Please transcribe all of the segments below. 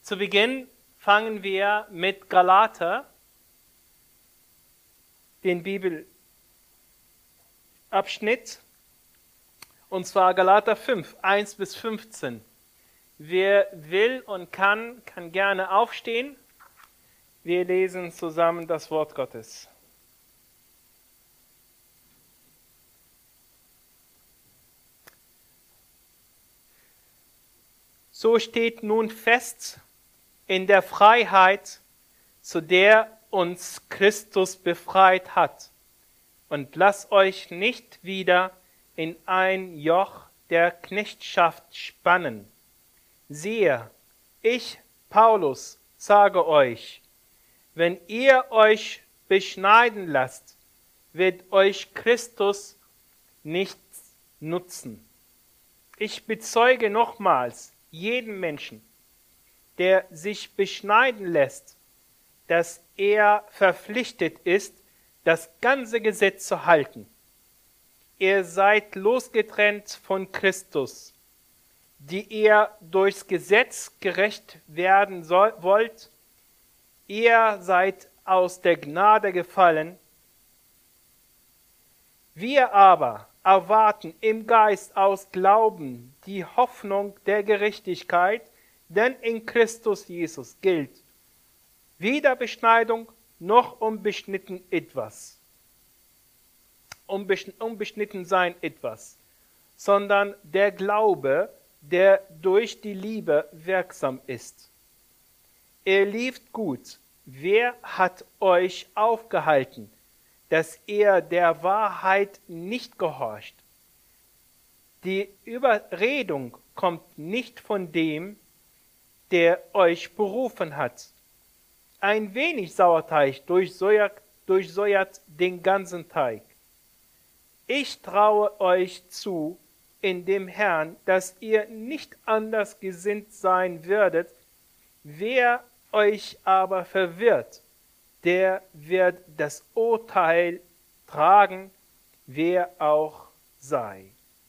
Zu Beginn fangen wir mit Galater, den Bibelabschnitt, und zwar Galater 5, 1 bis 15. Wer will und kann gerne aufstehen. Wir lesen zusammen das Wort Gottes. So steht nun fest in der Freiheit, zu der uns Christus befreit hat. Und lasst euch nicht wieder in ein Joch der Knechtschaft spannen. Siehe, ich, Paulus, sage euch, wenn ihr euch beschneiden lasst, wird euch Christus nichts nutzen. Ich bezeuge nochmals jeden Menschen, der sich beschneiden lässt, dass er verpflichtet ist, das ganze Gesetz zu halten. Ihr seid losgetrennt von Christus, die ihr durchs Gesetz gerecht werden wollt. Ihr seid aus der Gnade gefallen. Wir aber erwarten im Geist aus Glauben die Hoffnung der Gerechtigkeit, denn in Christus Jesus gilt weder Beschneidung noch unbeschnitten etwas, unbeschnitten sein etwas, sondern der Glaube, der durch die Liebe wirksam ist. Ihr liebt gut. Wer hat euch aufgehalten, dass ihr der Wahrheit nicht gehorcht? Die Überredung kommt nicht von dem, der euch berufen hat. Ein wenig Sauerteig durchsäuert den ganzen Teig. Ich traue euch zu in dem Herrn, dass ihr nicht anders gesinnt sein würdet. Wer euch aber verwirrt, der wird das Urteil tragen, wer auch sei.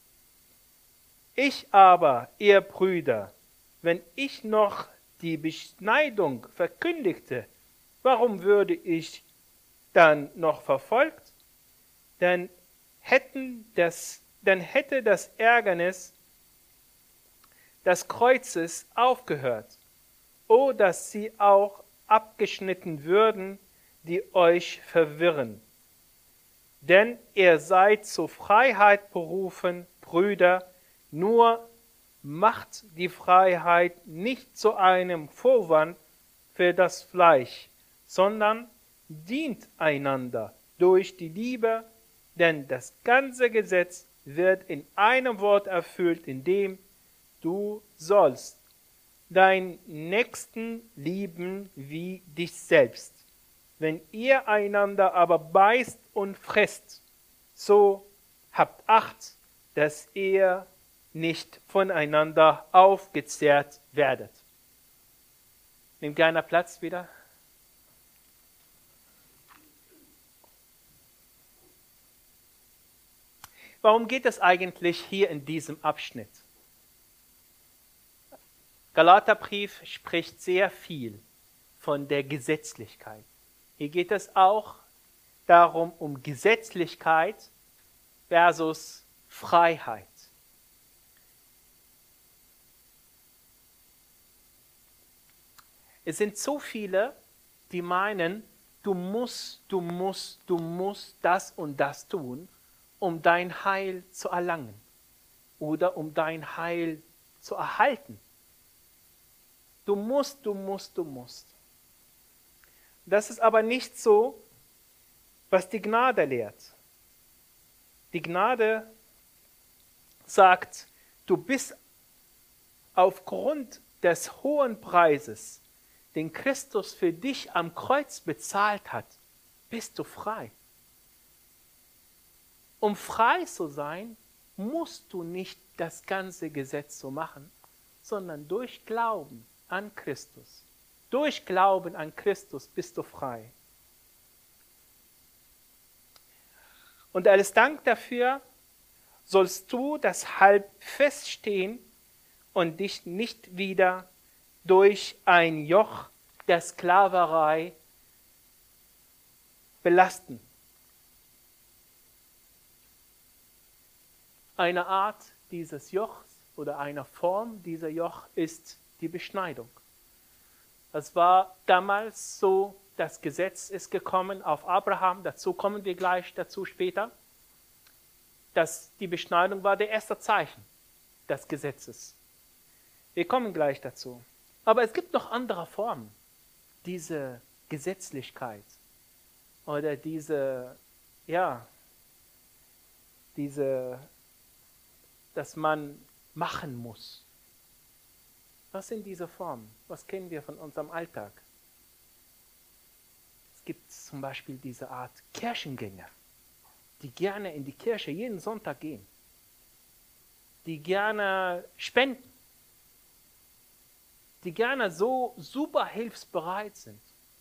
Ich aber, ihr Brüder, wenn ich noch die Beschneidung verkündigte, warum würde ich dann noch verfolgt? Dann hätte das Ärgernis des Kreuzes aufgehört. O, dass sie auch abgeschnitten würden, die euch verwirren. Denn ihr seid zur Freiheit berufen, Brüder, nur macht die Freiheit nicht zu einem Vorwand für das Fleisch, sondern dient einander durch die Liebe, denn das ganze Gesetz wird in einem Wort erfüllt, in dem du sollst deinen Nächsten lieben wie dich selbst. Wenn ihr einander aber beißt und fresst, so habt Acht, dass ihr nicht voneinander aufgezehrt werdet. Nehmt gerne Platz wieder. Warum geht es eigentlich hier in diesem Abschnitt? Galaterbrief spricht sehr viel von der Gesetzlichkeit. Hier geht es auch darum, um Gesetzlichkeit versus Freiheit. Es sind so viele, die meinen, du musst das und das tun, um dein Heil zu erlangen oder um dein Heil zu erhalten. Du musst. Das ist aber nicht so, was die Gnade lehrt. Die Gnade sagt, du bist aufgrund des hohen Preises, den Christus für dich am Kreuz bezahlt hat, bist du frei. Um frei zu sein, musst du nicht das ganze Gesetz so machen, sondern durch Glauben an Christus. Durch Glauben an Christus bist du frei. Und als Dank dafür sollst du deshalb feststehen und dich nicht wieder durch ein Joch der Sklaverei belasten. Eine Art dieses Jochs oder eine Form dieser Joch ist die Beschneidung. Das war damals so, das Gesetz ist gekommen auf Abraham, dazu kommen wir gleich dazu später. Die Beschneidung war der erste Zeichen des Gesetzes. Wir kommen gleich dazu. Aber es gibt noch andere Formen, diese Gesetzlichkeit oder dass man machen muss. Was sind diese Formen? Was kennen wir von unserem Alltag? Es gibt zum Beispiel diese Art Kirchengänger, die gerne in die Kirche jeden Sonntag gehen, die gerne spenden, die gerne so super hilfsbereit sind.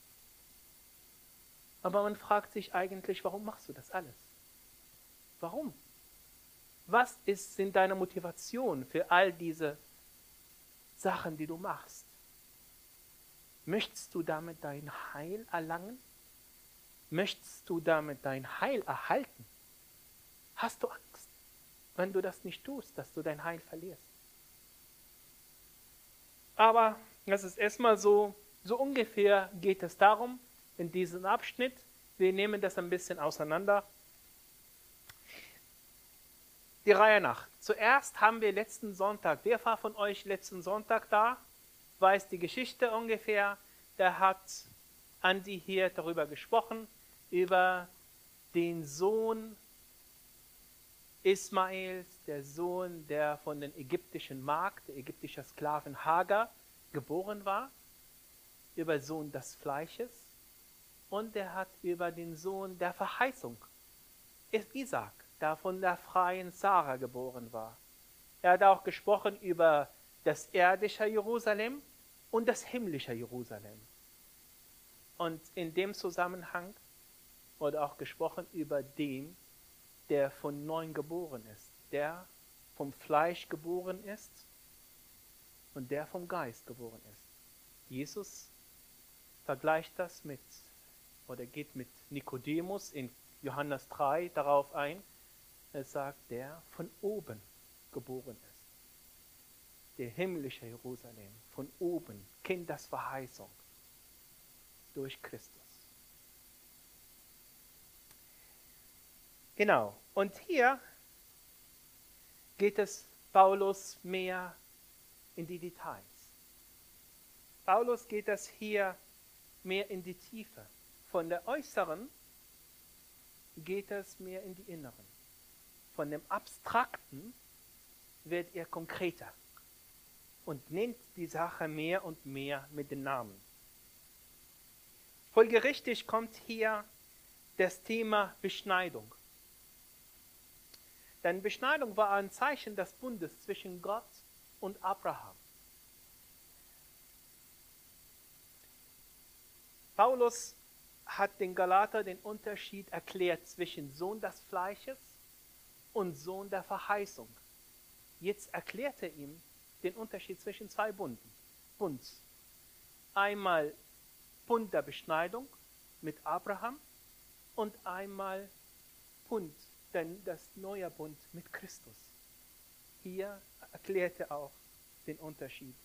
Aber man fragt sich eigentlich, warum machst du das alles? Warum? Was sind deine Motivationen für all diese Sachen, die du machst? Möchtest du damit dein Heil erlangen? Möchtest du damit dein Heil erhalten? Hast du Angst, wenn du das nicht tust, dass du dein Heil verlierst? Aber das ist erstmal so ungefähr geht es darum, in diesem Abschnitt. Wir nehmen das ein bisschen auseinander. Die Reihe nach. Zuerst haben wir letzten Sonntag, wer war von euch letzten Sonntag da? Weiß die Geschichte ungefähr. Da hat Andi hier darüber gesprochen, über den Sohn Ismaels, der Sohn, der von den ägyptischen Magd, der ägyptischer Sklavin Hagar, geboren war, über Sohn des Fleisches, und er hat über den Sohn der Verheißung, Isaak, der von der freien Sarah geboren war. Er hat auch gesprochen über das irdische Jerusalem und das himmlische Jerusalem. Und in dem Zusammenhang wurde auch gesprochen über den, der von neuem geboren ist, der vom Fleisch geboren ist und der vom Geist geboren ist. Jesus vergleicht das geht mit Nikodemus in Johannes 3 darauf ein. Er sagt, der von oben geboren ist. Der himmlische Jerusalem, von oben, kennt das Verheißung durch Christus. Genau, und hier geht es Paulus mehr in die Details. Paulus geht es hier mehr in die Tiefe. Von der äußeren geht es mehr in die inneren. Von dem Abstrakten wird er konkreter und nennt die Sache mehr und mehr mit den Namen. Folgerichtig kommt hier das Thema Beschneidung. Denn Beschneidung war ein Zeichen des Bundes zwischen Gott und Abraham. Paulus hat den Galater den Unterschied erklärt zwischen Sohn des Fleisches und Sohn der Verheißung. Jetzt erklärt er ihm den Unterschied zwischen zwei Bunds. Einmal Bund der Beschneidung mit Abraham und einmal Bund, das neue Bund mit Christus. Hier erklärt er auch den Unterschied.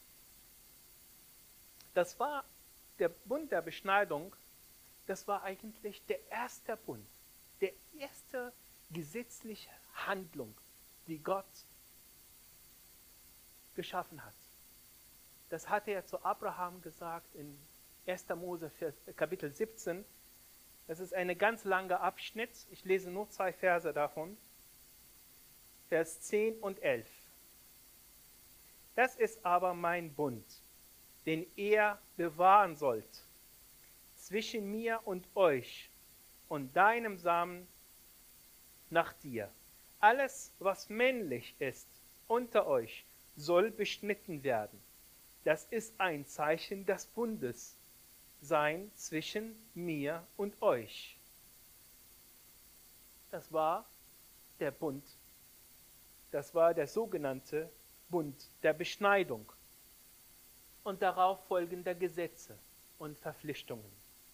Das war der Bund der Beschneidung, das war eigentlich der erste Bund, der erste gesetzliche Handlung, die Gott geschaffen hat. Das hatte er zu Abraham gesagt in 1. Mose Kapitel 17. Das ist ein ganz langer Abschnitt. Ich lese nur 2 Verse davon. Vers 10 und 11. Das ist aber mein Bund, den ihr bewahren sollt, zwischen mir und euch und deinem Samen nach dir. Alles, was männlich ist unter euch, soll beschnitten werden. Das ist ein Zeichen des Bundes sein zwischen mir und euch. Das war der Bund. Das war der sogenannte Bund der Beschneidung. und darauf folgender Gesetze und Verpflichtungen.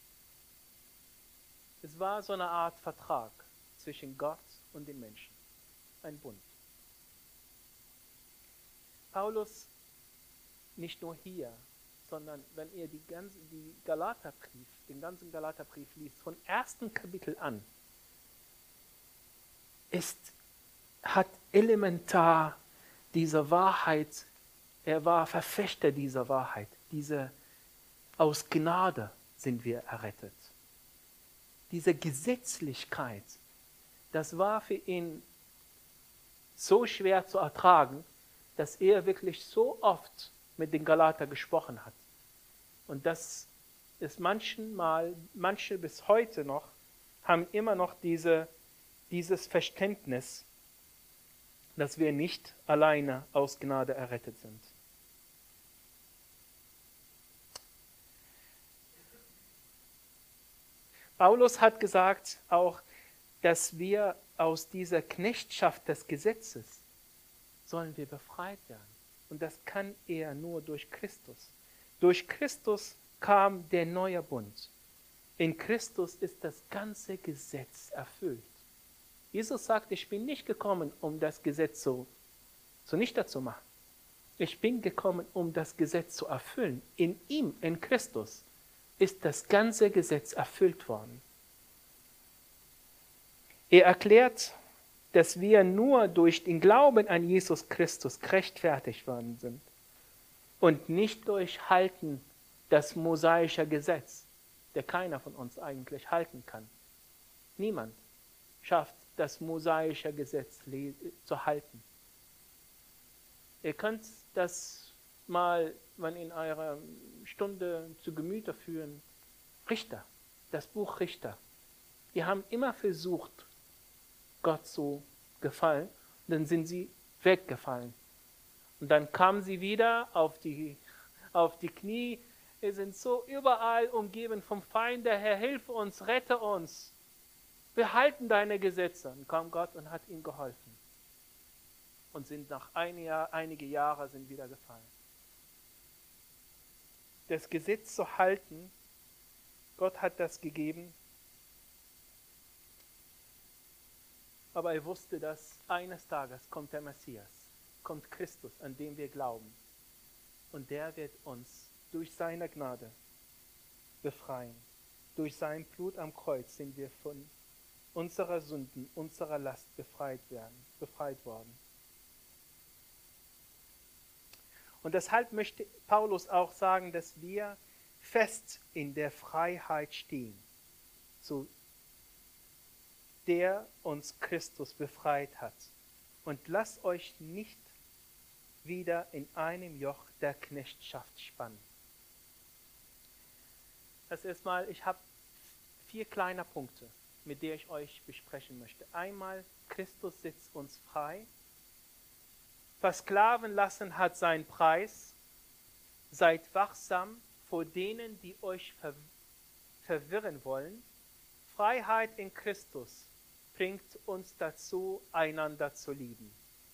Es war so eine Art Vertrag zwischen Gott und den Menschen, ein Bund. Paulus, nicht nur hier, sondern wenn ihr den ganzen Galaterbrief liest, von ersten Kapitel an, hat elementar diese Wahrheit, er war Verfechter dieser Wahrheit, aus Gnade sind wir errettet. Diese Gesetzlichkeit, das war für ihn so schwer zu ertragen, dass er wirklich so oft mit den Galatern gesprochen hat. Und das ist manche bis heute noch, haben immer noch dieses Verständnis, dass wir nicht alleine aus Gnade errettet sind. Paulus hat gesagt auch, dass wir aus dieser Knechtschaft des Gesetzes sollen wir befreit werden. Und das kann er nur durch Christus. Durch Christus kam der neue Bund. In Christus ist das ganze Gesetz erfüllt. Jesus sagt, ich bin nicht gekommen, um das Gesetz zunichte zu machen. Ich bin gekommen, um das Gesetz zu erfüllen. In ihm, in Christus, ist das ganze Gesetz erfüllt worden. Er erklärt, dass wir nur durch den Glauben an Jesus Christus gerechtfertigt worden sind und nicht durch Halten das mosaische Gesetz, der keiner von uns eigentlich halten kann. Niemand schafft das mosaische Gesetz zu halten. Ihr könnt das mal in eurer Stunde zu Gemüte führen. Richter, das Buch Richter. Die haben immer versucht, Gott zu gefallen, und dann sind sie weggefallen. Und dann kamen sie wieder auf die Knie. Wir sind so überall umgeben vom Feind. Der Herr, hilf uns, rette uns. Wir halten deine Gesetze. Und kam Gott und hat ihnen geholfen. Und sind nach einige Jahre sind wieder gefallen. Das Gesetz zu halten, Gott hat das gegeben. Aber er wusste, dass eines Tages kommt der Messias, kommt Christus, an dem wir glauben. Und der wird uns durch seine Gnade befreien. Durch sein Blut am Kreuz sind wir von unserer Sünden, unserer Last befreit worden. Und deshalb möchte Paulus auch sagen, dass wir fest in der Freiheit stehen, so der uns Christus befreit hat. Und lasst euch nicht wieder in einem Joch der Knechtschaft spannen. Das erstmal, ich habe 4 kleine Punkte, mit denen ich euch besprechen möchte. Einmal, Christus setzt uns frei. Versklaven lassen hat seinen Preis. Seid wachsam vor denen, die euch verwirren wollen. Freiheit in Christus bringt uns dazu, einander zu lieben.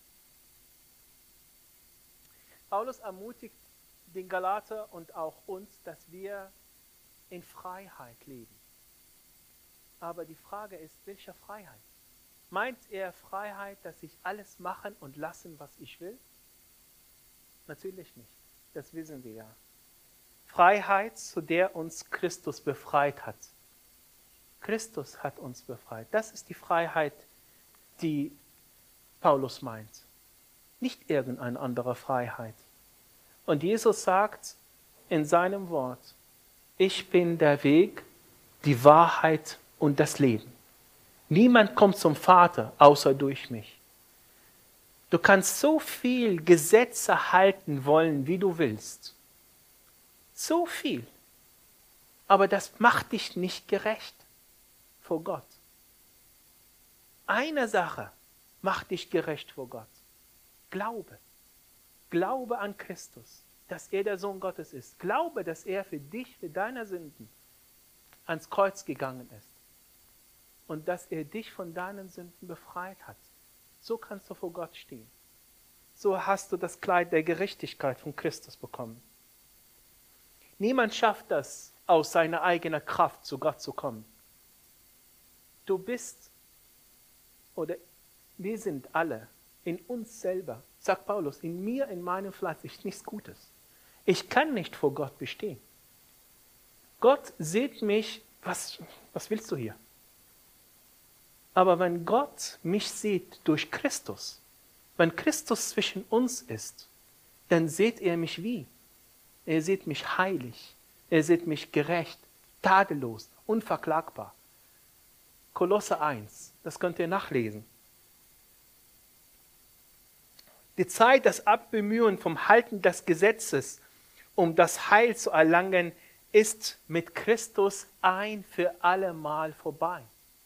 Paulus ermutigt den Galater und auch uns, dass wir in Freiheit leben. Aber die Frage ist, welche Freiheit? Meint er Freiheit, dass ich alles machen und lassen, was ich will? Natürlich nicht. Das wissen wir ja. Freiheit, zu der uns Christus befreit hat. Christus hat uns befreit. Das ist die Freiheit, die Paulus meint. Nicht irgendeine andere Freiheit. Und Jesus sagt in seinem Wort, ich bin der Weg, die Wahrheit und das Leben. Niemand kommt zum Vater, außer durch mich. Du kannst so viel Gesetze halten wollen, wie du willst. So viel. Aber das macht dich nicht gerecht vor Gott. Eine Sache macht dich gerecht vor Gott. Glaube. Glaube an Christus, dass er der Sohn Gottes ist. Glaube, dass er für dich, für deine Sünden ans Kreuz gegangen ist. Und dass er dich von deinen Sünden befreit hat. So kannst du vor Gott stehen. So hast du das Kleid der Gerechtigkeit von Christus bekommen. Niemand schafft das, aus seiner eigenen Kraft zu Gott zu kommen. Du bist, oder wir sind alle, in uns selber, sagt Paulus, in mir, in meinem Fleisch ist nichts Gutes. Ich kann nicht vor Gott bestehen. Gott sieht mich, was willst du hier? Aber wenn Gott mich sieht durch Christus, wenn Christus zwischen uns ist, dann sieht er mich wie? Er sieht mich heilig, er sieht mich gerecht, tadellos, unverklagbar. Kolosser 1, das könnt ihr nachlesen. Die Zeit des Abbemühen vom Halten des Gesetzes, um das Heil zu erlangen, ist mit Christus ein für alle Mal vorbei.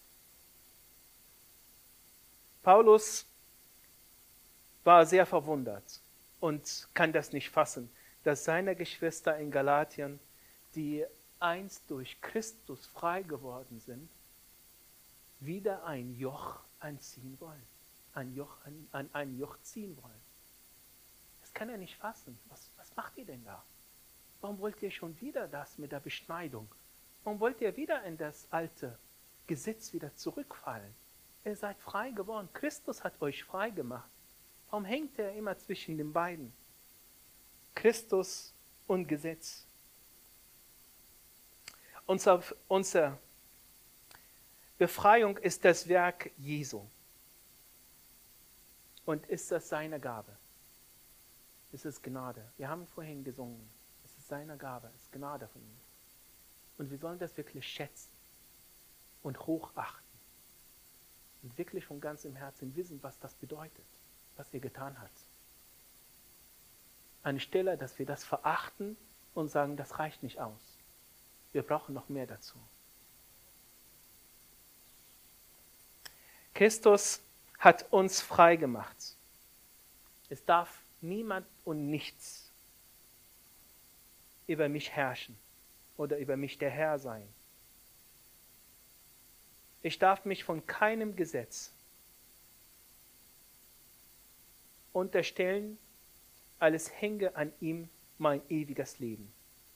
Paulus war sehr verwundert und kann das nicht fassen, dass seine Geschwister in Galatien, die einst durch Christus frei geworden sind, wieder ein Joch anziehen wollen, ein Joch ziehen wollen. Das kann er nicht fassen. Was macht ihr denn da? Warum wollt ihr schon wieder das mit der Beschneidung? Warum wollt ihr wieder in das alte Gesetz wieder zurückfallen? Ihr seid frei geworden. Christus hat euch frei gemacht. Warum hängt er immer zwischen den beiden? Christus und Gesetz. Unsere Befreiung ist das Werk Jesu. Und ist das seine Gabe? Es ist Gnade. Wir haben vorhin gesungen. Es ist seine Gabe, es ist Gnade von ihm. Und wir sollen das wirklich schätzen und hochachten. Und wirklich von ganzem Herzen wissen, was das bedeutet, was er getan hat. Anstelle, dass wir das verachten und sagen, das reicht nicht aus. Wir brauchen noch mehr dazu. Christus hat uns frei gemacht. Es darf niemand und nichts über mich herrschen oder über mich der Herr sein. Ich darf mich von keinem Gesetz unterstellen, alles hänge an ihm mein ewiges Leben.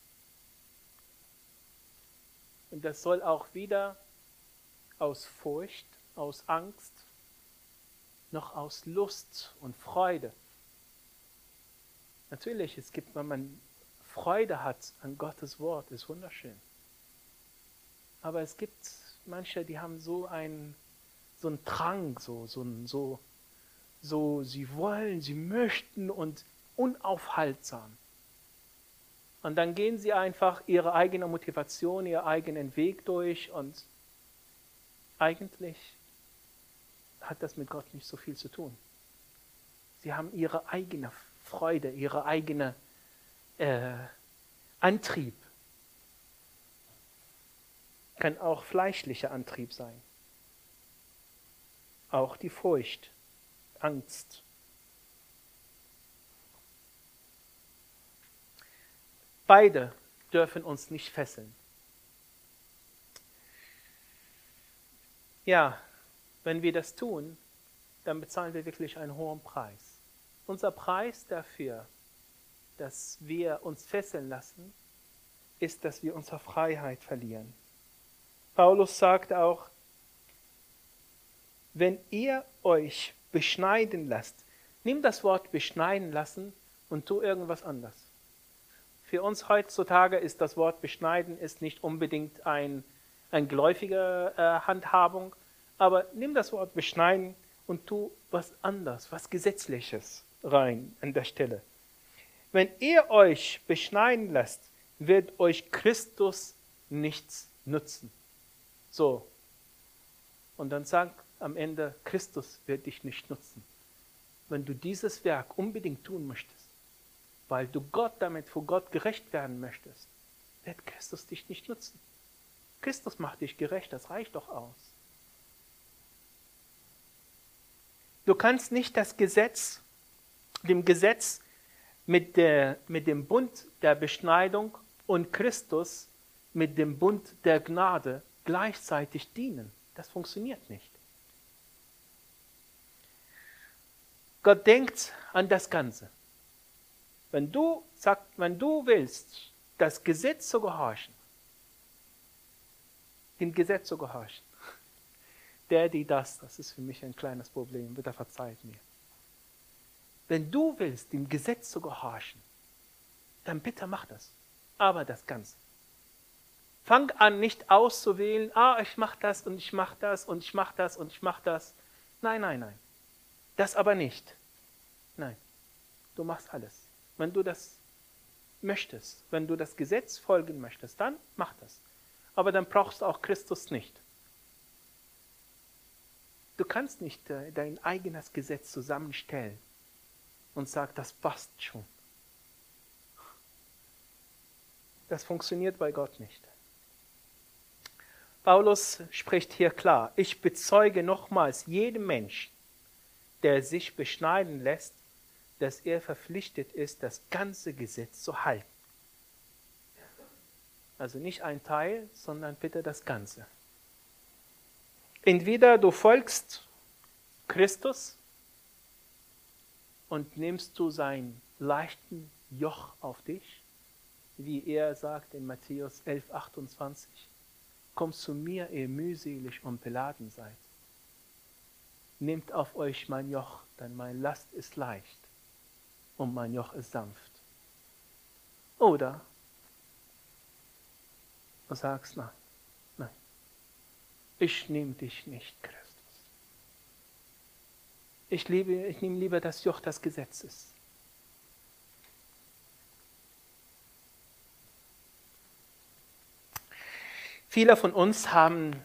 Und das soll auch weder aus Furcht, aus Angst, noch aus Lust und Freude. Natürlich, es gibt, wenn man Freude hat an Gottes Wort, ist wunderschön. Aber es gibt manche, die haben so einen Drang, sie wollen, sie möchten und unaufhaltsam. Und dann gehen sie einfach ihre eigene Motivation, ihren eigenen Weg durch und eigentlich hat das mit Gott nicht so viel zu tun. Sie haben ihre eigene Freude, ihre eigene Antrieb. Kann auch fleischlicher Antrieb sein. Auch die Furcht, Angst. Beide dürfen uns nicht fesseln. Ja, wenn wir das tun, dann bezahlen wir wirklich einen hohen Preis. Unser Preis dafür, dass wir uns fesseln lassen, ist, dass wir unsere Freiheit verlieren. Paulus sagt auch, wenn ihr euch beschneiden lasst, nimm das Wort beschneiden lassen und tu irgendwas anderes. Für uns heutzutage ist das Wort beschneiden ist nicht unbedingt eine geläufige Handhabung, aber nimm das Wort beschneiden und tu was anderes, was Gesetzliches rein an der Stelle. Wenn ihr euch beschneiden lasst, wird euch Christus nichts nützen. So. Und dann sagt am Ende, Christus wird dich nicht nutzen. Wenn du dieses Werk unbedingt tun möchtest, weil du damit vor Gott gerecht werden möchtest, wird Christus dich nicht nutzen. Christus macht dich gerecht, das reicht doch aus. Du kannst nicht dem Gesetz mit dem Bund der Beschneidung und Christus mit dem Bund der Gnade gleichzeitig dienen. Das funktioniert nicht. Gott denkt an das Ganze. Wenn du willst, das Gesetz zu gehorchen, dem Gesetz zu gehorchen, das ist für mich ein kleines Problem, bitte verzeiht mir. Wenn du willst, dem Gesetz zu gehorchen, dann bitte mach das, aber das Ganze. Fang an, nicht auszuwählen, ich mache das und ich mache das und ich mache das und ich mache das. Nein, nein, nein. Das aber nicht. Nein, du machst alles. Wenn du das möchtest, wenn du das Gesetz folgen möchtest, dann mach das. Aber dann brauchst du auch Christus nicht. Du kannst nicht dein eigenes Gesetz zusammenstellen und sagen, das passt schon. Das funktioniert bei Gott nicht. Paulus spricht hier klar, ich bezeuge nochmals jedem Menschen, der sich beschneiden lässt, dass er verpflichtet ist, das ganze Gesetz zu halten. Also nicht ein Teil, sondern bitte das Ganze. Entweder du folgst Christus und nimmst du seinen leichten Joch auf dich, wie er sagt in Matthäus 11,28. Kommt zu mir, ihr mühselig und beladen seid. Nehmt auf euch mein Joch, denn meine Last ist leicht und mein Joch ist sanft. Oder du sagst, nein, ich nehme dich nicht, Christus. Ich nehme lieber das Joch des Gesetzes. Viele von uns haben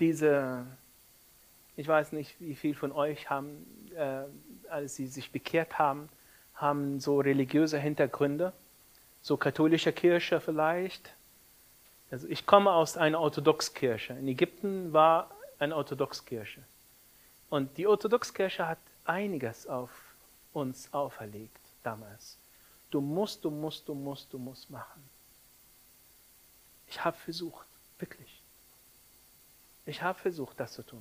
ich weiß nicht, wie viele von euch haben, als sie sich bekehrt haben, haben so religiöse Hintergründe, so katholische Kirche vielleicht. Also ich komme aus einer Orthodoxkirche. In Ägypten war eine Orthodoxkirche. Und die Orthodoxkirche hat einiges auf uns auferlegt damals. Du musst machen. Ich habe versucht, wirklich. Ich habe versucht, das zu tun.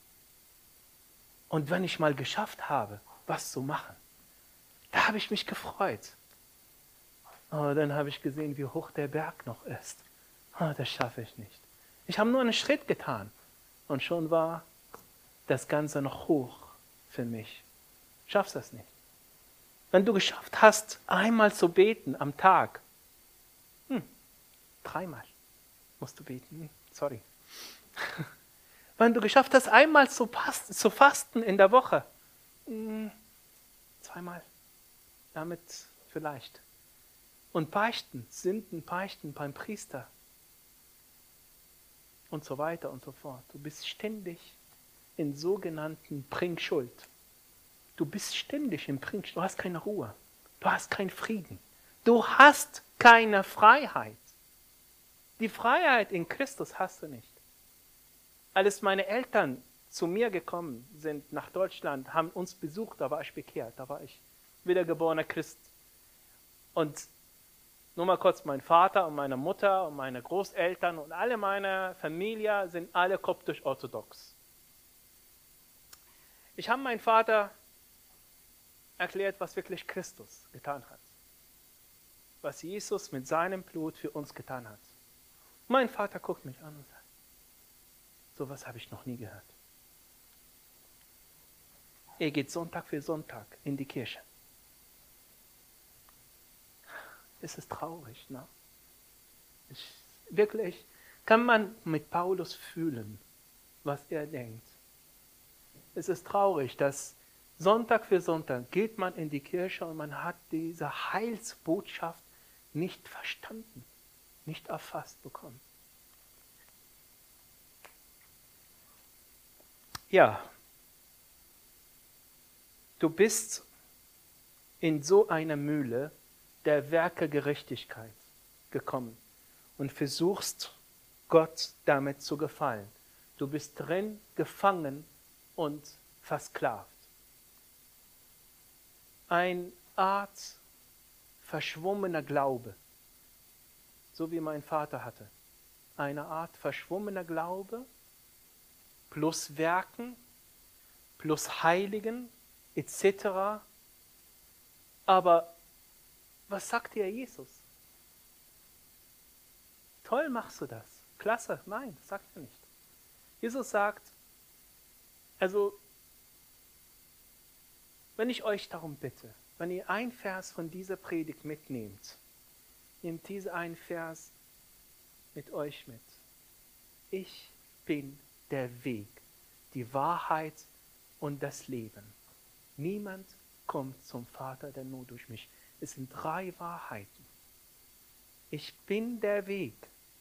Und wenn ich mal geschafft habe, was zu machen, da habe ich mich gefreut. Oh, dann habe ich gesehen, wie hoch der Berg noch ist. Oh, das schaffe ich nicht. Ich habe nur einen Schritt getan und schon war das Ganze noch hoch für mich. Schaffst das nicht. Wenn du geschafft hast, einmal zu beten am Tag, 3-mal musst du beten, sorry. Wenn du geschafft hast, einmal zu fasten in der Woche, 2-mal, damit vielleicht. Und beichten, Sünden beichten beim Priester und so weiter und so fort. Du bist ständig in sogenannten Bringschuld. Du bist ständig im Bringschuld. Du hast keine Ruhe. Du hast keinen Frieden. Du hast keine Freiheit. Die Freiheit in Christus hast du nicht. Als meine Eltern zu mir gekommen sind nach Deutschland, haben uns besucht, da war ich bekehrt, da war ich wiedergeborener Christ. Und nur mal kurz, mein Vater und meine Mutter und meine Großeltern und alle meine Familie sind alle koptisch-orthodox. Ich habe meinem Vater erklärt, was wirklich Christus getan hat. Was Jesus mit seinem Blut für uns getan hat. Mein Vater guckt mich an und sagt, sowas habe ich noch nie gehört. Er geht Sonntag für Sonntag in die Kirche. Es ist traurig, ne? Wirklich kann man mit Paulus fühlen, was er denkt. Es ist traurig, dass Sonntag für Sonntag geht man in die Kirche und man hat diese Heilsbotschaft nicht verstanden, nicht erfasst bekommen. Ja, du bist in so einer Mühle der Werke Gerechtigkeit gekommen und versuchst, Gott damit zu gefallen. Du bist drin gefangen und versklavt. Eine Art verschwommener Glaube, so wie mein Vater hatte. Eine Art verschwommener Glaube plus Werken, plus Heiligen, etc. Aber was sagt dir Jesus? toll machst du das. Klasse. Nein, das sagt er nicht. Jesus sagt, also, wenn ich euch darum bitte, wenn ihr einen Vers von dieser Predigt mitnehmt, nehmt diesen einen Vers mit euch mit. Ich bin der Weg, die Wahrheit und das Leben. Niemand kommt zum Vater denn nur durch mich. Es sind 3 Wahrheiten. Ich bin der Weg.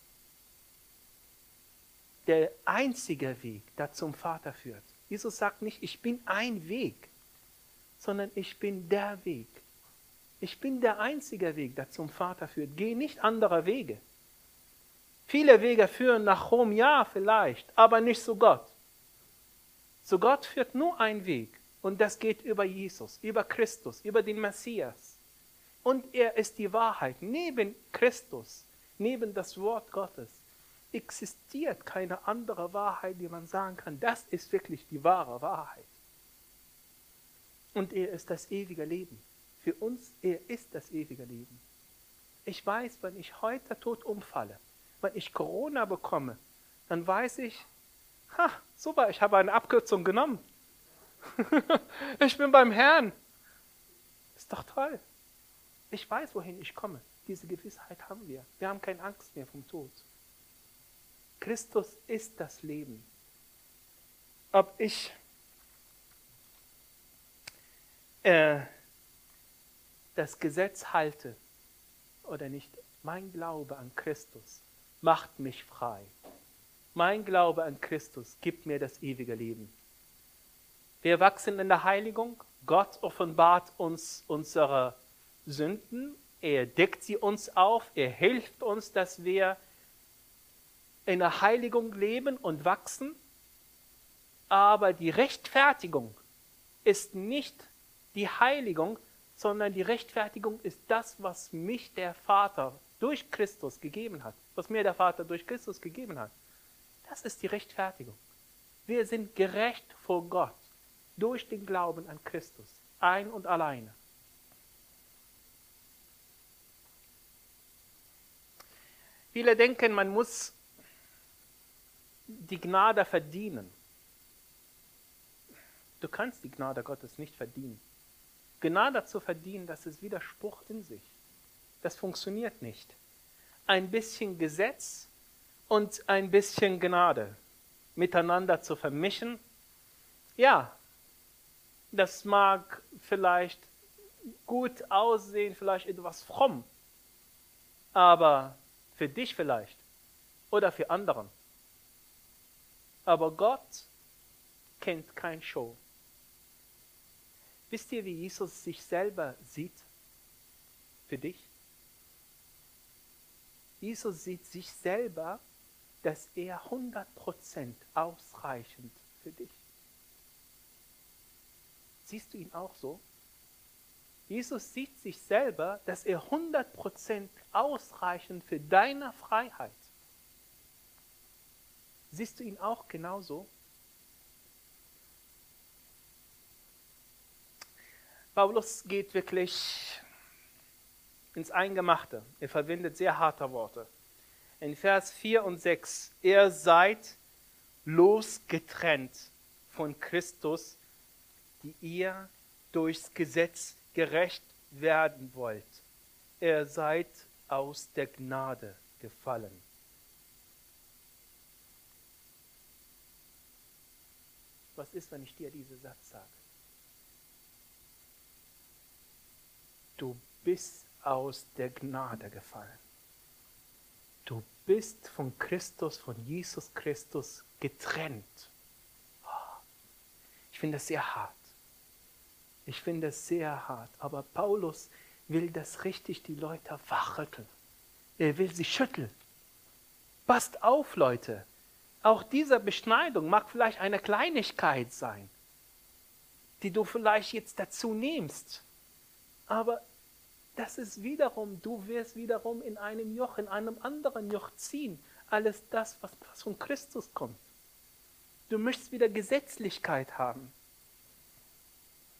Der einzige Weg, der zum Vater führt. Jesus sagt nicht, ich bin ein Weg, sondern ich bin der Weg. Ich bin der einzige Weg, der zum Vater führt. Geh nicht andere Wege. Viele Wege führen nach Rom, ja vielleicht, aber nicht zu Gott. Zu Gott führt nur ein Weg und das geht über Jesus, über Christus, über den Messias. Und er ist die Wahrheit. Neben Christus, neben das Wort Gottes, existiert keine andere Wahrheit, die man sagen kann, das ist wirklich die wahre Wahrheit. Und er ist das ewige Leben. Für uns, er ist das ewige Leben. Ich weiß, wenn ich heute tot umfalle, wenn ich Corona bekomme, dann weiß ich, super, ich habe eine Abkürzung genommen. Ich bin beim Herrn. Ist doch toll. Ich weiß, wohin ich komme. Diese Gewissheit haben wir. Wir haben keine Angst mehr vom Tod. Christus ist das Leben. Ob ich das Gesetz halte oder nicht, mein Glaube an Christus macht mich frei. Mein Glaube an Christus gibt mir das ewige Leben. Wir wachsen in der Heiligung. Gott offenbart uns unsere Sünden. Er deckt sie uns auf. Er hilft uns, dass wir in der Heiligung leben und wachsen. Aber die Rechtfertigung ist nicht die Heiligung, sondern die Rechtfertigung ist das, was mich der Vater durch Christus gegeben hat. Was mir der Vater durch Christus gegeben hat. Das ist die Rechtfertigung. Wir sind gerecht vor Gott durch den Glauben an Christus. Ein und alleine. Viele denken, man muss die Gnade verdienen. Du kannst die Gnade Gottes nicht verdienen. Gnade zu verdienen, das ist Widerspruch in sich. Das funktioniert nicht. Ein bisschen Gesetz und ein bisschen Gnade miteinander zu vermischen, ja, das mag vielleicht gut aussehen, vielleicht etwas fromm, aber für dich vielleicht oder für anderen. Aber Gott kennt kein Show. Wisst ihr, wie Jesus sich selber sieht für dich? Jesus sieht sich selber, dass er 100% ausreichend für dich. Siehst du ihn auch so? Jesus sieht sich selber, dass er 100% ausreichend für deine Freiheit. Siehst du ihn auch genauso? Paulus geht wirklich ins Eingemachte. Er verwendet sehr harte Worte. In Vers 4 und 6, ihr seid losgetrennt von Christus, die ihr durchs Gesetz gerecht werden wollt. Ihr seid aus der Gnade gefallen. Was ist, wenn ich dir diesen Satz sage? Du bist aus der Gnade gefallen. Du bist von Christus, von Jesus Christus getrennt. Ich finde das sehr hart. Ich finde es sehr hart. Aber Paulus will das richtig die Leute wachrütteln. Er will sie schütteln. Passt auf, Leute. Auch diese Beschneidung mag vielleicht eine Kleinigkeit sein, die du vielleicht jetzt dazu nimmst. Aber das ist wiederum, du wirst wiederum in einem Joch, in einem anderen Joch ziehen. Alles das, was von Christus kommt. Du möchtest wieder Gesetzlichkeit haben.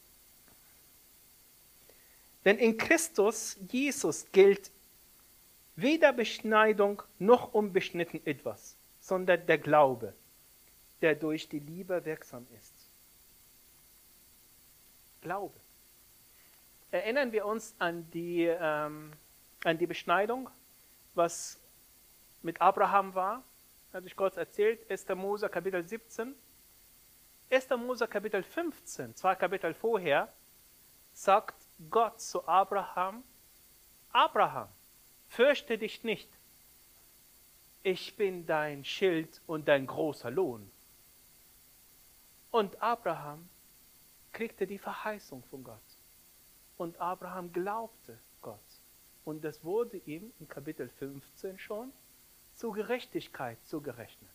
Denn in Christus, Jesus, gilt Weder Beschneidung noch unbeschnitten etwas, sondern der Glaube, der durch die Liebe wirksam ist. Glaube. Erinnern wir uns an die Beschneidung, was mit Abraham war, hatte ich kurz erzählt, 1. Mose Kapitel 17. 1. Mose Kapitel 15, 2 Kapitel vorher, sagt Gott zu Abraham, Abraham, fürchte dich nicht, ich bin dein Schild und dein großer Lohn. Und Abraham kriegte die Verheißung von Gott. Und Abraham glaubte Gott. Und das wurde ihm in Kapitel 15 schon zur Gerechtigkeit zugerechnet.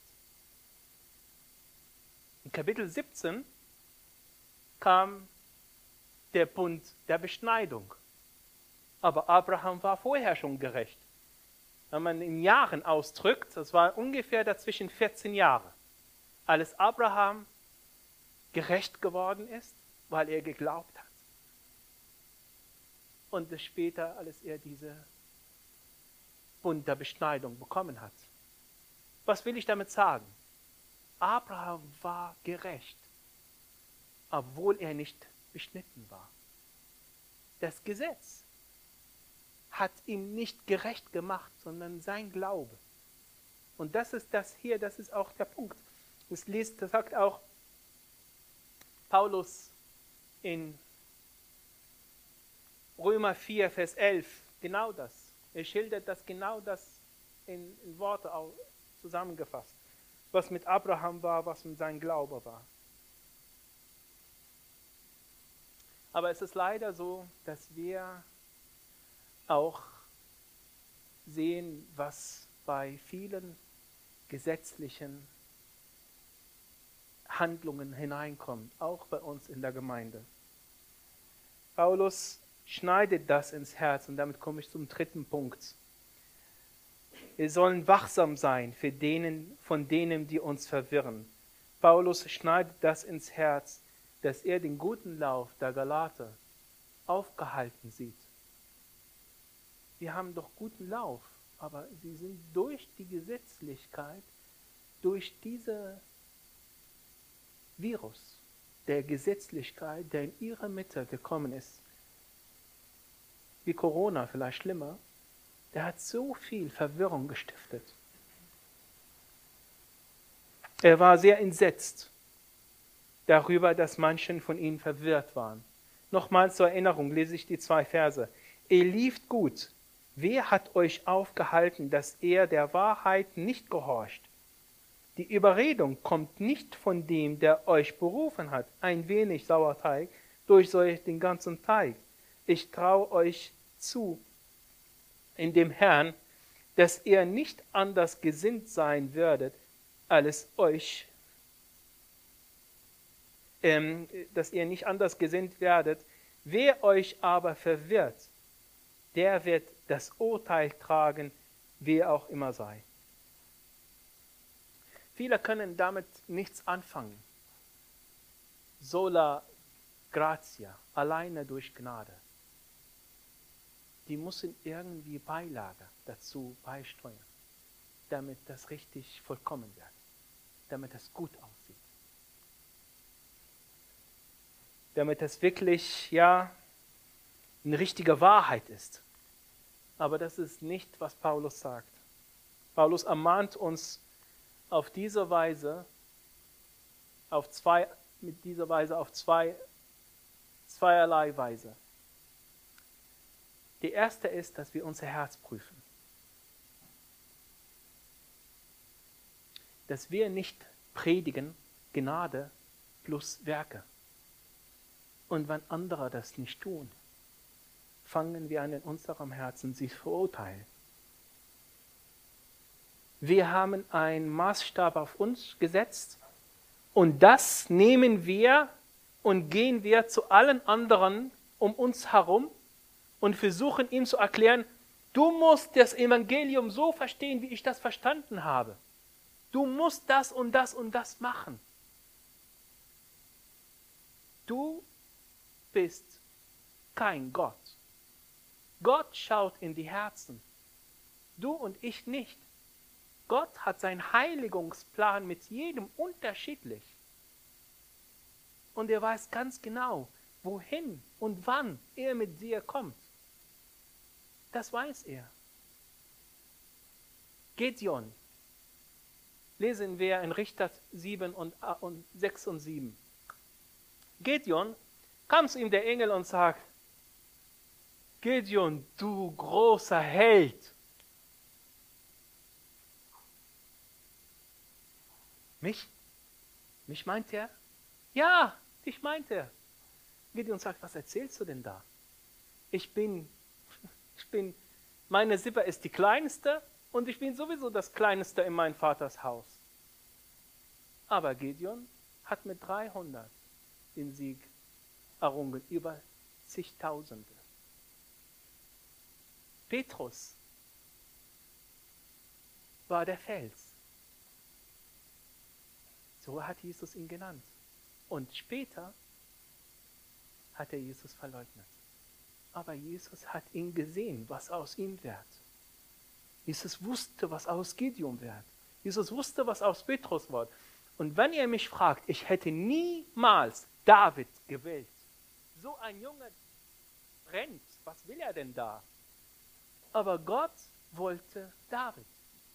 In Kapitel 17 kam der Bund der Beschneidung. Aber Abraham war vorher schon gerecht. Wenn man in Jahren ausdrückt, das war ungefähr dazwischen 14 Jahre, als Abraham gerecht geworden ist, weil er geglaubt hat. Und das später, als er diese Bund der Beschneidung bekommen hat. Was will ich damit sagen? Abraham war gerecht, obwohl er nicht beschnitten war. Das Gesetz hat ihn nicht gerecht gemacht, sondern sein Glaube. Und das ist das hier, das ist auch der Punkt. Das sagt auch Paulus in Römer 4, Vers 11, genau das. Er schildert das genau das in Worte auch zusammengefasst, was mit Abraham war, was mit seinem Glaube war. Aber es ist leider so, dass wir auch sehen, was bei vielen gesetzlichen Handlungen hineinkommt, auch bei uns in der Gemeinde. Paulus schneidet das ins Herz und damit komme ich zum dritten Punkt. Wir sollen wachsam sein von denen, die uns verwirren. Paulus schneidet das ins Herz, dass er den guten Lauf der Galater aufgehalten sieht. Sie haben doch guten Lauf, aber sie sind durch die Gesetzlichkeit, durch diese Virus der Gesetzlichkeit, der in ihre Mitte gekommen ist, wie Corona, vielleicht schlimmer, der hat so viel Verwirrung gestiftet. Er war sehr entsetzt darüber, dass manchen von ihnen verwirrt waren. Nochmal zur Erinnerung lese ich die 2 Verse. Ihr lieft gut. Wer hat euch aufgehalten, dass er der Wahrheit nicht gehorcht? Die Überredung kommt nicht von dem, der euch berufen hat. Ein wenig Sauerteig durchsäuert den ganzen Teig. Ich traue euch zu in dem Herrn, dass ihr nicht anders gesinnt sein werdet, als euch, dass ihr nicht anders gesinnt werdet. Wer euch aber verwirrt, der wird das Urteil tragen, wer auch immer sei. Viele können damit nichts anfangen. Sola gratia, alleine durch Gnade. Die müssen irgendwie Beilage dazu beisteuern, damit das richtig vollkommen wird, damit das gut aussieht. Damit das wirklich, ja, eine richtige Wahrheit ist. Aber das ist nicht, was Paulus sagt. Paulus ermahnt uns auf diese Weise, auf zweierlei Weise. Die erste ist, dass wir unser Herz prüfen. Dass wir nicht predigen Gnade plus Werke. Und wenn andere das nicht tun, fangen wir an, in unserem Herzen sie zu verurteilen. Wir haben einen Maßstab auf uns gesetzt und das nehmen wir und gehen wir zu allen anderen um uns herum und versuchen ihm zu erklären, du musst das Evangelium so verstehen, wie ich das verstanden habe. Du musst das und das und das machen. Du bist kein Gott. Gott schaut in die Herzen. Du und ich nicht. Gott hat seinen Heiligungsplan mit jedem unterschiedlich. Und er weiß ganz genau, wohin und wann er mit dir kommt. Das weiß er. Gideon. Lesen wir in Richter 7 und 6 und 7. Gideon kam zu ihm der Engel und sagt, Gideon, du großer Held. Mich? Mich meint er? Ja, dich meint er. Gideon sagt, was erzählst du denn da? Meine Sippe ist die kleinste und ich bin sowieso das Kleinste in meinem Vaters Haus. Aber Gideon hat mit 300 den Sieg errungen über zigtausende. Petrus war der Fels. So hat Jesus ihn genannt. Und später hat er Jesus verleugnet. Aber Jesus hat ihn gesehen, was aus ihm wird. Jesus wusste, was aus Gideon wird. Jesus wusste, was aus Petrus wird. Und wenn ihr mich fragt, ich hätte niemals David gewählt. So ein Junge brennt. Was will er denn da? Aber Gott wollte David.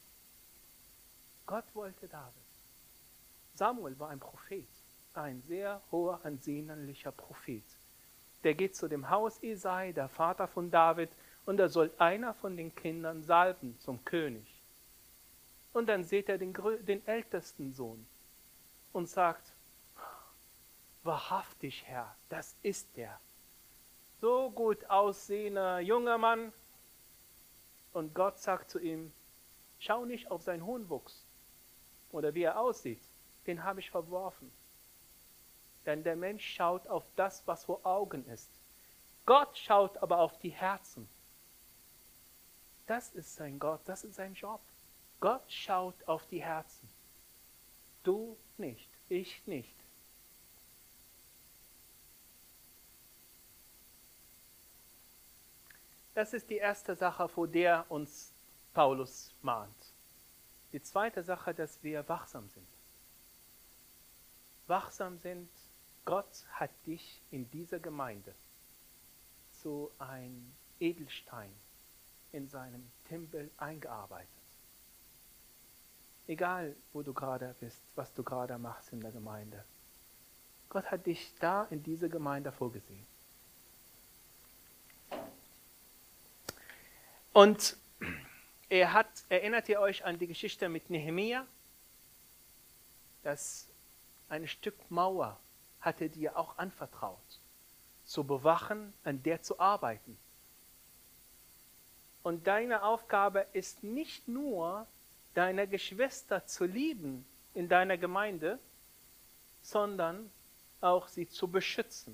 Gott wollte David. Samuel war ein Prophet. Ein sehr hoher, ansehnlicher Prophet. Der geht zu dem Haus Isai, der Vater von David, und er soll einer von den Kindern salben zum König. Und dann sieht er den ältesten Sohn und sagt, wahrhaftig, Herr, das ist der. So gut aussehender junger Mann. Und Gott sagt zu ihm, schau nicht auf seinen hohen Wuchs oder wie er aussieht, den habe ich verworfen. Denn der Mensch schaut auf das, was vor Augen ist. Gott schaut aber auf die Herzen. Das ist sein Gott, das ist sein Job. Gott schaut auf die Herzen. Du nicht, ich nicht. Das ist die erste Sache, vor der uns Paulus mahnt. Die zweite Sache, dass wir wachsam sind. Wachsam sind, Gott hat dich in dieser Gemeinde zu einem Edelstein in seinem Tempel eingearbeitet. Egal, wo du gerade bist, was du gerade machst in der Gemeinde. Gott hat dich da in dieser Gemeinde vorgesehen. Und erinnert ihr euch an die Geschichte mit Nehemia? Das ein Stück Mauer hat er dir auch anvertraut, zu bewachen, an der zu arbeiten. Und deine Aufgabe ist nicht nur, deine Geschwister zu lieben in deiner Gemeinde, sondern auch sie zu beschützen.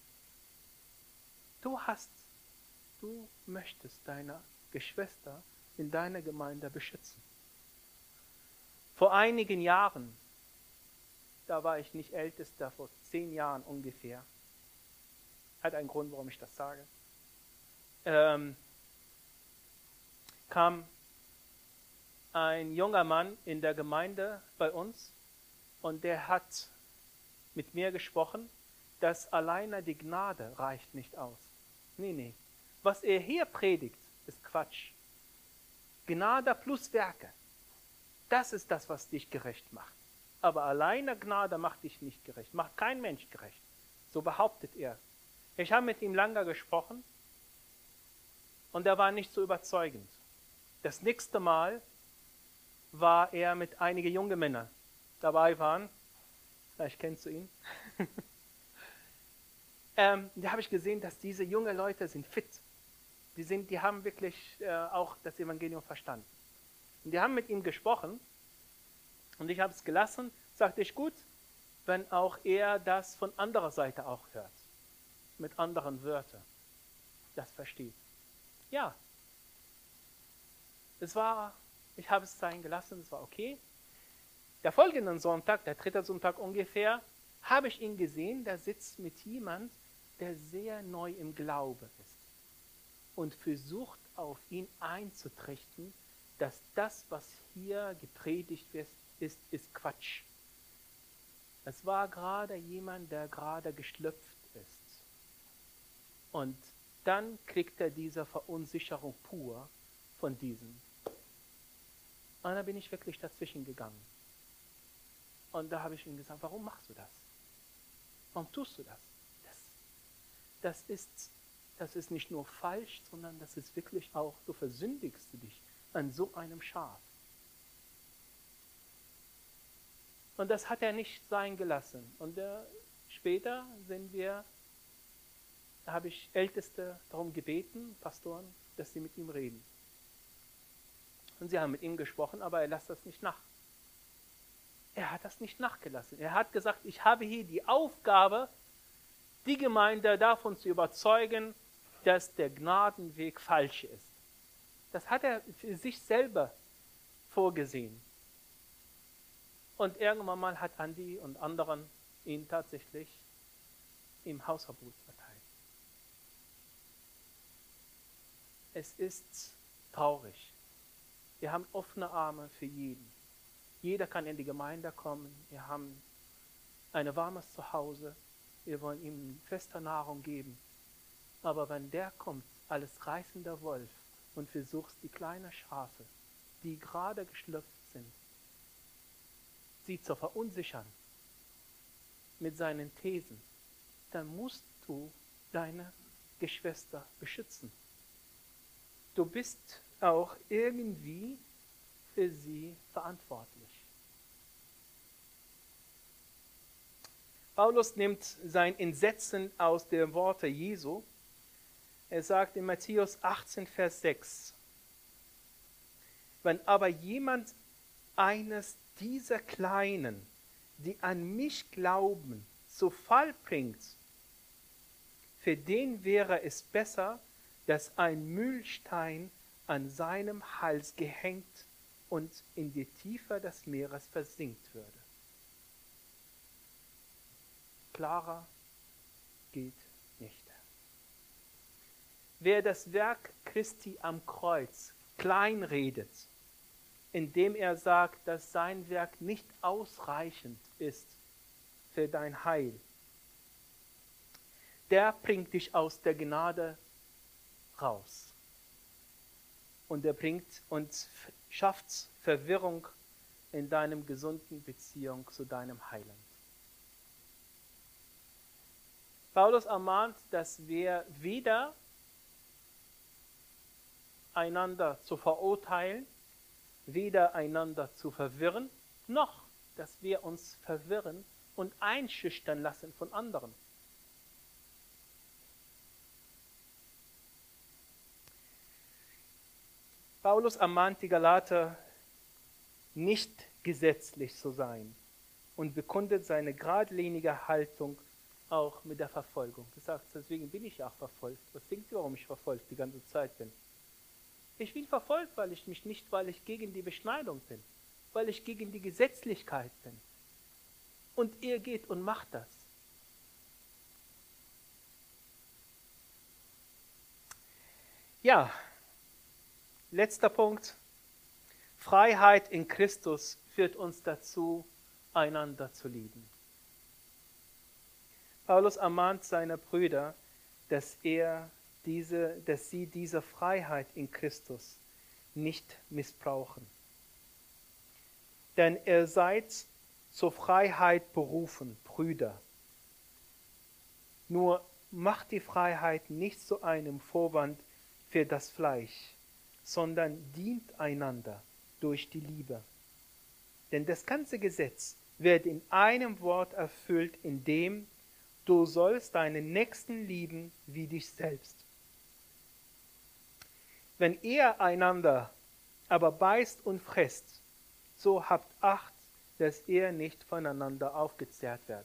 Du möchtest deine Geschwister in deiner Gemeinde beschützen. Vor einigen Jahren, da war ich nicht Ältester, vor 10 Jahren ungefähr, hat einen Grund, warum ich das sage, kam ein junger Mann in der Gemeinde bei uns und der hat mit mir gesprochen, dass alleine die Gnade reicht nicht aus. Nee. Was er hier predigt, ist Quatsch. Gnade plus Werke. Das ist das, was dich gerecht macht. Aber alleine Gnade macht dich nicht gerecht, macht kein Mensch gerecht. So behauptet er. Ich habe mit ihm lange gesprochen und er war nicht so überzeugend. Das nächste Mal war er mit einigen jungen Männern dabei waren. Vielleicht kennst du ihn. Da habe ich gesehen, dass diese jungen Leute sind fit. Die haben wirklich auch das Evangelium verstanden. Und die haben mit ihm gesprochen und ich habe es gelassen, sagte ich, gut, wenn auch er das von anderer Seite auch hört, mit anderen Wörtern, das versteht. Ja, ich habe es sein gelassen, es war okay. Der folgenden Sonntag, der 3. Sonntag ungefähr, habe ich ihn gesehen, der sitzt mit jemand, der sehr neu im Glaube ist und versucht auf ihn einzutrichten, dass das, was hier gepredigt wird, ist Quatsch. Es war gerade jemand, der gerade geschlüpft ist. Und dann kriegt er diese Verunsicherung pur von diesem. Und da bin ich wirklich dazwischen gegangen. Und da habe ich ihm gesagt, warum machst du das? Warum tust du das? Das ist nicht nur falsch, sondern das ist wirklich auch, du versündigst dich an so einem Schaf. Und das hat er nicht sein gelassen. Und später habe ich Älteste darum gebeten, Pastoren, dass sie mit ihm reden. Und sie haben mit ihm gesprochen, aber er lässt das nicht nach. Er hat das nicht nachgelassen. Er hat gesagt, ich habe hier die Aufgabe, die Gemeinde davon zu überzeugen, dass der Gnadenweg falsch ist. Das hat er für sich selber vorgesehen. Und irgendwann mal hat Andi und anderen ihn tatsächlich im Hausverbot verteilt. Es ist traurig. Wir haben offene Arme für jeden. Jeder kann in die Gemeinde kommen. Wir haben ein warmes Zuhause. Wir wollen ihm feste Nahrung geben. Aber wenn der kommt, als reißender Wolf, und versuchst, die kleinen Schafe, die gerade geschlüpft sind, sie zu verunsichern mit seinen Thesen, dann musst du deine Geschwister beschützen. Du bist auch irgendwie für sie verantwortlich. Paulus nimmt sein Entsetzen aus den Worten Jesu. Er sagt in Matthäus 18, Vers 6, wenn aber jemand eines dieser Kleinen, die an mich glauben, zu Fall bringt, für den wäre es besser, dass ein Mühlstein an seinem Hals gehängt und in die Tiefe des Meeres versinkt würde. Klarer geht nicht. Wer das Werk Christi am Kreuz kleinredet, indem er sagt, dass sein Werk nicht ausreichend ist für dein Heil, der bringt dich aus der Gnade raus. Und er bringt und schafft Verwirrung in deinem gesunden Beziehung zu deinem Heiland. Paulus ermahnt, dass wir weder einander zu verurteilen, weder einander zu verwirren, noch, dass wir uns verwirren und einschüchtern lassen von anderen. Paulus ermahnt die Galater, nicht gesetzlich zu sein und bekundet seine geradlinige Haltung auch mit der Verfolgung. Er sagt, deswegen bin ich auch verfolgt. Was denkt ihr, warum ich verfolgt die ganze Zeit bin? Ich bin verfolgt, weil ich gegen die Beschneidung bin, weil ich gegen die Gesetzlichkeit bin. Und ihr geht und macht das. Ja, letzter Punkt. Freiheit in Christus führt uns dazu, einander zu lieben. Paulus ermahnt seine Brüder, dass sie diese Freiheit in Christus nicht missbrauchen. Denn ihr seid zur Freiheit berufen, Brüder. Nur macht die Freiheit nicht zu einem Vorwand für das Fleisch, sondern dient einander durch die Liebe. Denn das ganze Gesetz wird in einem Wort erfüllt, in dem du sollst deinen Nächsten lieben wie dich selbst. Wenn ihr einander aber beißt und fresst, so habt Acht, dass ihr nicht voneinander aufgezehrt werdet.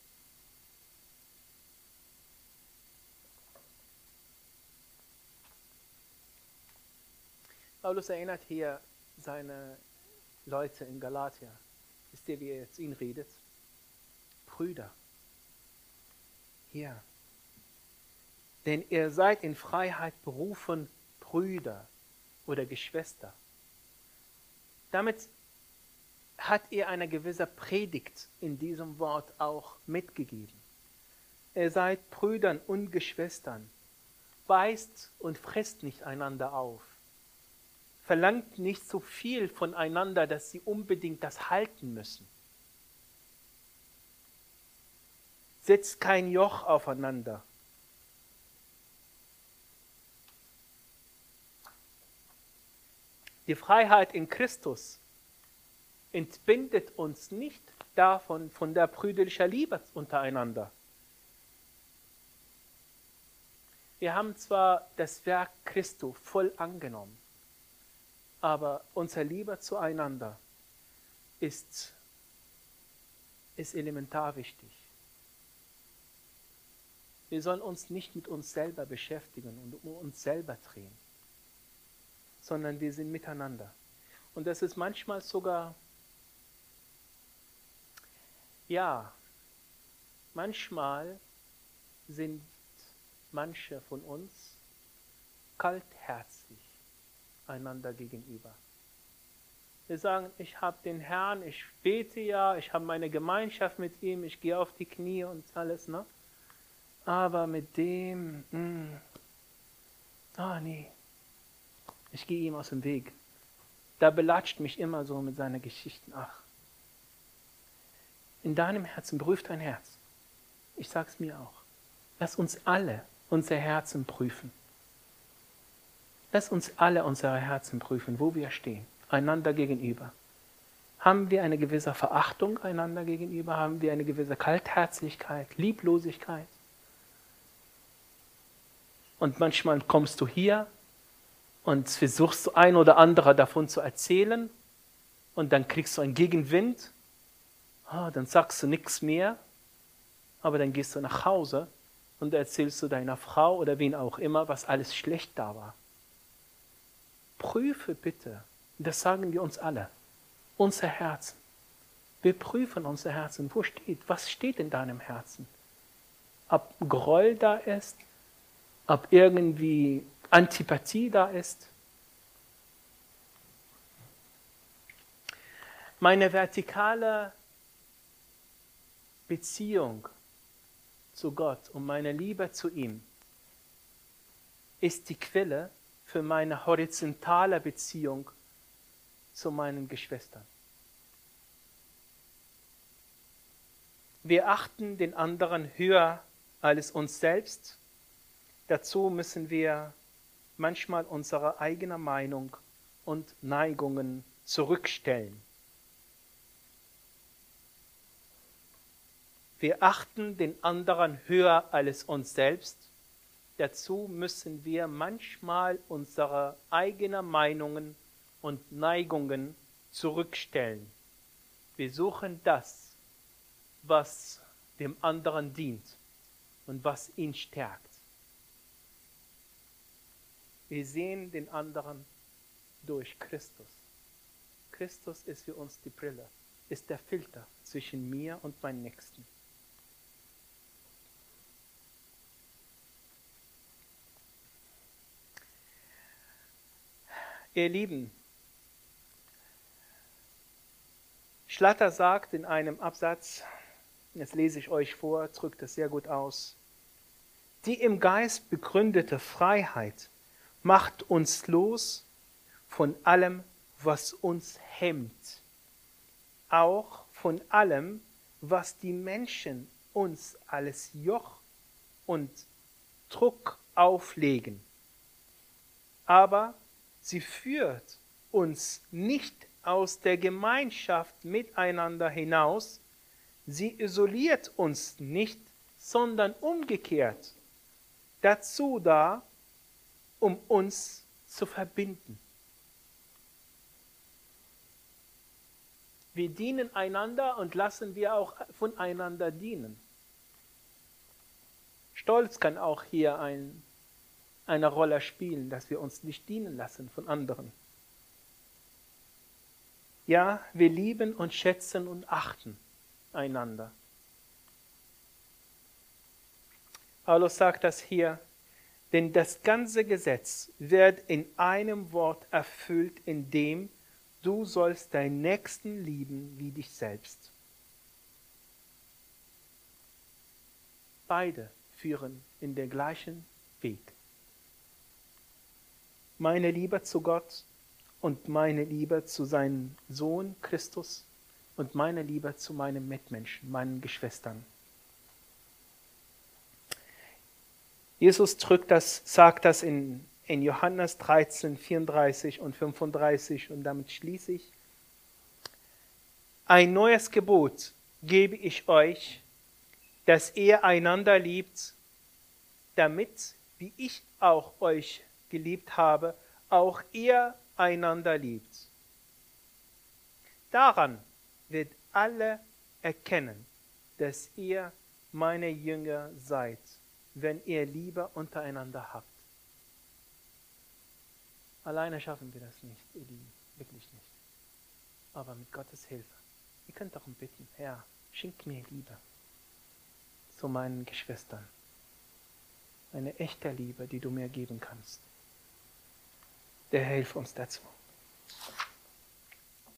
Paulus erinnert hier seine Leute in Galatia. Wisst ihr, wie er jetzt ihnen redet? Brüder. Hier. Denn ihr seid in Freiheit berufen, Brüder oder Geschwister. Damit hat er eine gewisse Predigt in diesem Wort auch mitgegeben. Ihr seid Brüdern und Geschwistern, beißt und frisst nicht einander auf. Verlangt nicht so viel voneinander, dass sie unbedingt das halten müssen. Setzt kein Joch aufeinander. Die Freiheit in Christus entbindet uns nicht davon, von der brüderlichen Liebe untereinander. Wir haben zwar das Werk Christi voll angenommen, aber unsere Liebe zueinander ist elementar wichtig. Wir sollen uns nicht mit uns selber beschäftigen und um uns selber drehen, sondern wir sind miteinander. Und das ist manchmal sogar, ja, manchmal sind manche von uns kaltherzig einander gegenüber. Wir sagen, ich habe den Herrn, ich bete ja, ich habe meine Gemeinschaft mit ihm, ich gehe auf die Knie und alles, ne? Aber mit dem, nee, ich gehe ihm aus dem Weg. Da belatscht mich immer so mit seinen Geschichten. Ach, in deinem Herzen prüf dein Herz. Ich sag's mir auch. Lass uns alle unser Herzen prüfen. Lass uns alle unsere Herzen prüfen, wo wir stehen, einander gegenüber. Haben wir eine gewisse Verachtung einander gegenüber? Haben wir eine gewisse Kaltherzigkeit, Lieblosigkeit? Und manchmal kommst du hier und versuchst du ein oder andere davon zu erzählen und dann kriegst du einen Gegenwind, dann sagst du nichts mehr, aber dann gehst du nach Hause und erzählst du deiner Frau oder wen auch immer, was alles schlecht da war. Prüfe bitte, das sagen wir uns alle, unser Herzen. Wir prüfen unser Herzen. Was steht in deinem Herzen? Ob Groll da ist, ob irgendwie Antipathie da ist. Meine vertikale Beziehung zu Gott und meine Liebe zu ihm ist die Quelle für meine horizontale Beziehung zu meinen Geschwistern. Wir achten den anderen höher als uns selbst. Dazu müssen wir manchmal unsere eigene Meinung und Neigungen zurückstellen. Wir achten den anderen höher als uns selbst. Dazu müssen wir manchmal unsere eigenen Meinungen und Neigungen zurückstellen. Wir suchen das, was dem anderen dient und was ihn stärkt. Wir sehen den anderen durch Christus. Christus ist für uns die Brille, ist der Filter zwischen mir und meinem Nächsten. Ihr Lieben, Schlatter sagt in einem Absatz, das lese ich euch vor, drückt das sehr gut aus, die im Geist begründete Freiheit macht uns los von allem, was uns hemmt, auch von allem, was die Menschen uns als Joch und Druck auflegen. Aber sie führt uns nicht aus der Gemeinschaft miteinander hinaus, sie isoliert uns nicht, sondern umgekehrt dazu da, um uns zu verbinden. Wir dienen einander und lassen wir auch voneinander dienen. Stolz kann auch hier eine Rolle spielen, dass wir uns nicht dienen lassen von anderen. Ja, wir lieben und schätzen und achten einander. Paulus sagt das hier, denn das ganze Gesetz wird in einem Wort erfüllt, in dem du sollst deinen Nächsten lieben wie dich selbst. Beide führen in den gleichen Weg. Meine Liebe zu Gott und meine Liebe zu seinem Sohn Christus und meine Liebe zu meinen Mitmenschen, meinen Geschwistern. Jesus sagt das in Johannes 13, 34 und 35 und damit schließe ich. Ein neues Gebot gebe ich euch, dass ihr einander liebt, damit, wie ich auch euch geliebt habe, auch ihr einander liebt. Daran wird alle erkennen, dass ihr meine Jünger seid, wenn ihr Liebe untereinander habt. Alleine schaffen wir das nicht, ihr Lieben, wirklich nicht. Aber mit Gottes Hilfe. Ihr könnt darum bitten, Herr, schenk mir Liebe zu meinen Geschwistern. Eine echte Liebe, die du mir geben kannst. Der hilft uns dazu.